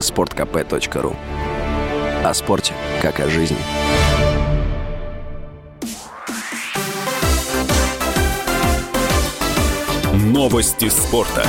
sportkp.ru. О спорте, как о жизни. Новости спорта.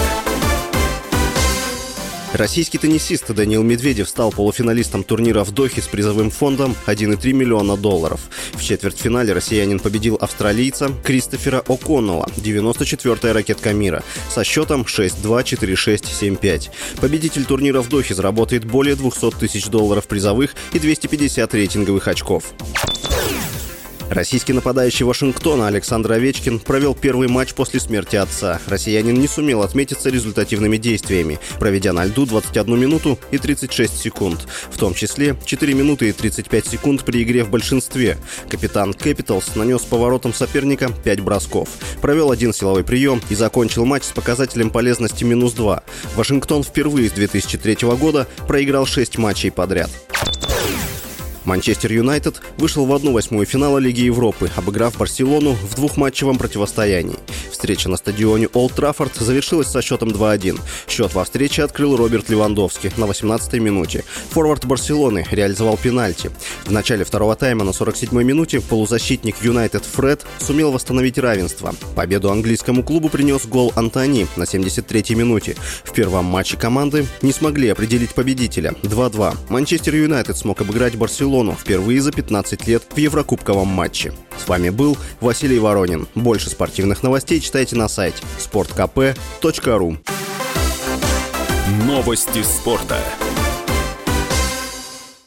Российский теннисист Даниил Медведев стал полуфиналистом турнира в Дохе с призовым фондом $1,3 миллиона. В четвертьфинале россиянин победил австралийца Кристофера О'Коннелла, 94-я ракетка мира, со счетом 6-2, 4-6, 7-5. Победитель турнира в Дохе заработает более $200 тысяч призовых и 250 рейтинговых очков. Российский нападающий Вашингтона Александр Овечкин провел первый матч после смерти отца. Россиянин не сумел отметиться результативными действиями, проведя на льду 21 минуту и 36 секунд, в том числе 4 минуты и 35 секунд при игре в большинстве. Капитан Кэпиталс нанес поворотом соперника 5 бросков, провел один силовой прием и закончил матч с показателем полезности -2. Вашингтон впервые с 2003 года проиграл 6 матчей подряд. Манчестер Юнайтед вышел в 1/8 финала Лиги Европы, обыграв Барселону в двухматчевом противостоянии. Встреча на стадионе Олд Траффорд завершилась со счетом 2-1. Счет во встрече открыл Роберт Левандовски на 18-й минуте. Форвард Барселоны реализовал пенальти. В начале второго тайма на 47-й минуте полузащитник Юнайтед Фред сумел восстановить равенство. Победу английскому клубу принес гол Антони на 73-й минуте. В первом матче команды не смогли определить победителя. 2-2. Манчестер Юнайтед смог обыграть Барселону впервые за 15 лет в еврокубковом матче. С вами был Василий Воронин. Больше спортивных новостей читайте на сайте sportkp.ru. Новости спорта.